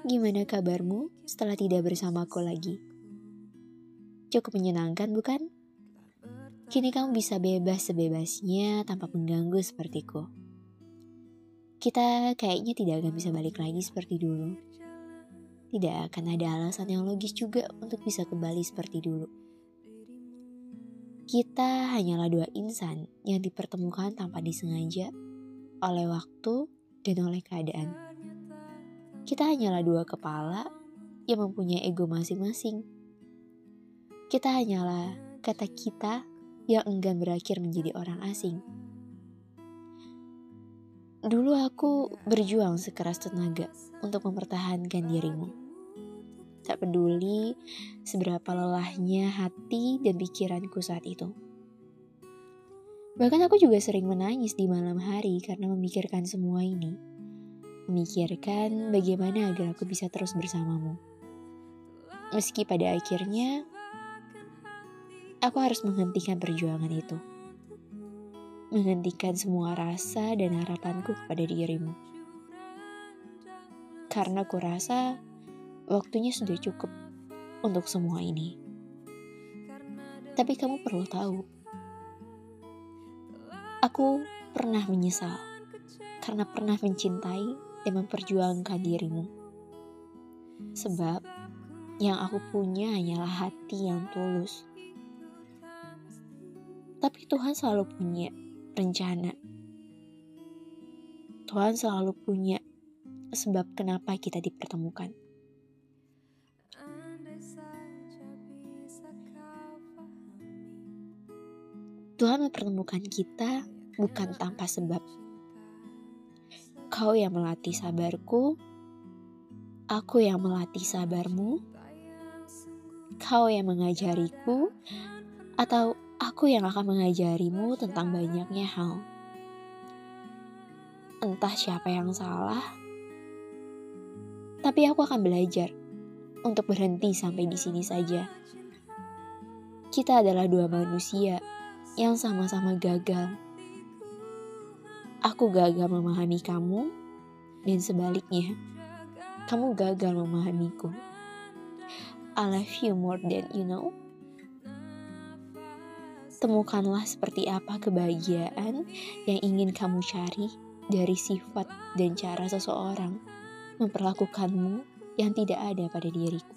gimana kabarmu setelah tidak bersamaku lagi? Cukup menyenangkan bukan? Kini kamu bisa bebas sebebasnya tanpa mengganggu sepertiku. Kita kayaknya tidak akan bisa balik lagi seperti dulu. Tidak akan ada alasan yang logis juga untuk bisa kembali seperti dulu. Kita hanyalah dua insan yang dipertemukan tanpa disengaja oleh waktu dan oleh keadaan. Kita hanyalah dua kepala yang mempunyai ego masing-masing. Kita hanyalah kata kita yang enggan berakhir menjadi orang asing. Dulu aku berjuang sekeras tenaga untuk mempertahankan dirimu. Tak peduli seberapa lelahnya hati dan pikiranku saat itu. Bahkan aku juga sering menangis di malam hari karena memikirkan semua ini. Memikirkan bagaimana agar aku bisa terus bersamamu. Meski pada akhirnya aku harus menghentikan perjuangan itu. Menghentikan semua rasa dan harapanku kepada dirimu. Karena ku rasa waktunya sudah cukup untuk semua ini. Tapi kamu perlu tahu, aku pernah menyesal karena pernah mencintai dan memperjuangkan dirimu. Sebab yang aku punya hanyalah hati yang tulus. Tapi Tuhan selalu punya rencana. Tuhan selalu punya sebab kenapa kita dipertemukan. Tuhan mempertemukan kita bukan tanpa sebab. Kau yang melatih sabarku, aku yang melatih sabarmu, kau yang mengajariku, atau aku yang akan mengajarimu tentang banyaknya hal. Entah siapa yang salah, tapi aku akan belajar untuk berhenti sampai di sini saja. Kita adalah dua manusia yang sama-sama gagal. Aku gagal memahami kamu, dan sebaliknya, kamu gagal memahamiku. I love you more than you know. Temukanlah seperti apa kebahagiaan yang ingin kamu cari dari sifat dan cara seseorang memperlakukanmu yang tidak ada pada diriku.